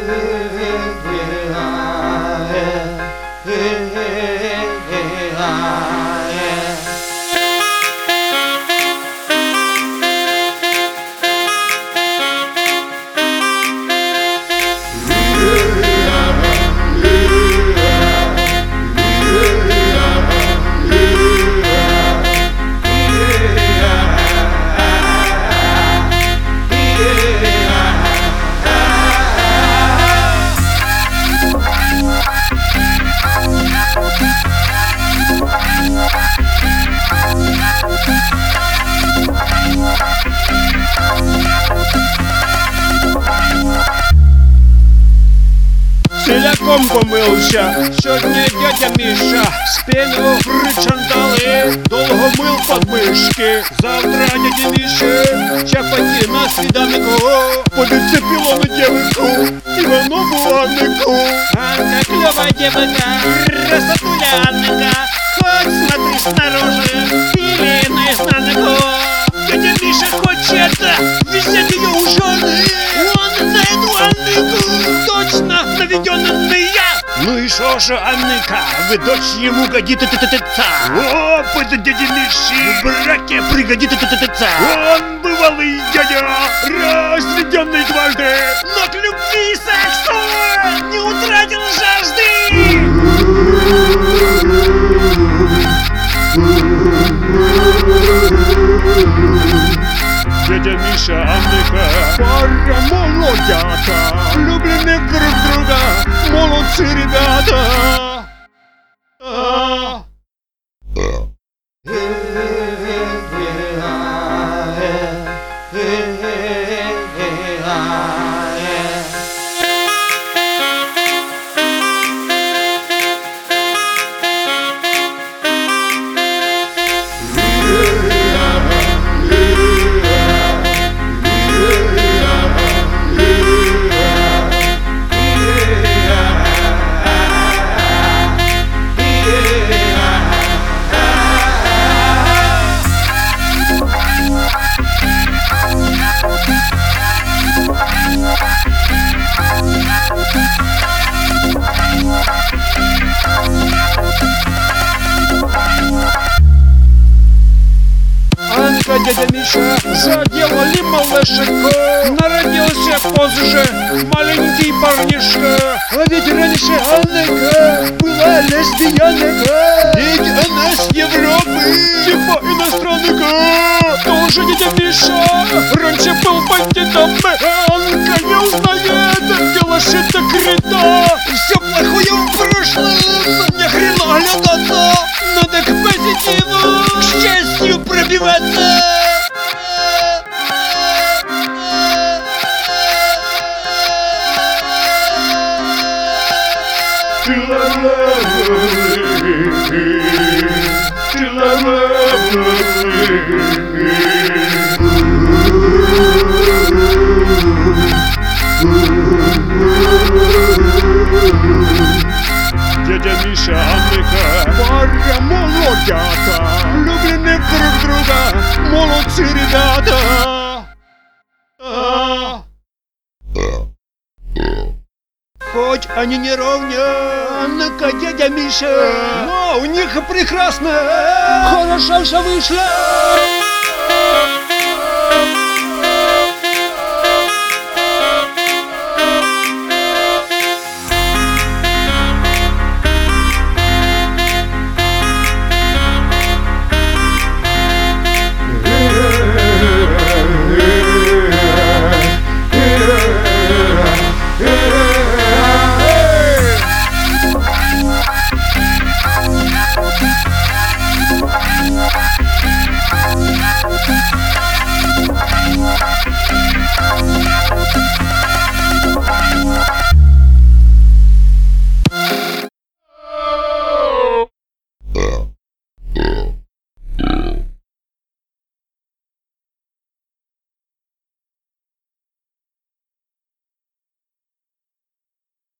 Ціляком помився сьогодні дядя Міша, спину причандали, довго мив подмишки. Завтра дядя Міші чапаті на свіданку, подицепіло на дівку Іванову Аннику. Анна кльова дівка, красотуля Анника, хоть смотри снаружи или наизнанку. Дядя Миша хочет взять ее у жены, он на эту Аннику точно наведенная. Ну и шо же, Анника, вы дочь ему годится? Опыт дяди Миши в браке пригодится. Он бывалый дядя, разведенный дважды, но к любви и сексу не утратил жажды. Дядя Миша, Анника, пара молодята, влюблены в друг друга, молодцы ребята. Анка, дядя Миша заделали малышку, народился позже маленький парнишка. А ведь раньше Анника была лесбиянка, ведь она с Европы, типа иностранка. Тоже дядя Миша раньше был бандитом, Анка не узнает, дело закрыто. Все плохое в прошлом, не хрена глядаться, надо к позитиву, к счастью пробиваться. Дядя Миша, Анника, пара молодята, влюблены в друг друга, молодцы ребята. Хоть они не ровня, Анника, дядя Миша, но у них прекрасно, хорошо все вышло.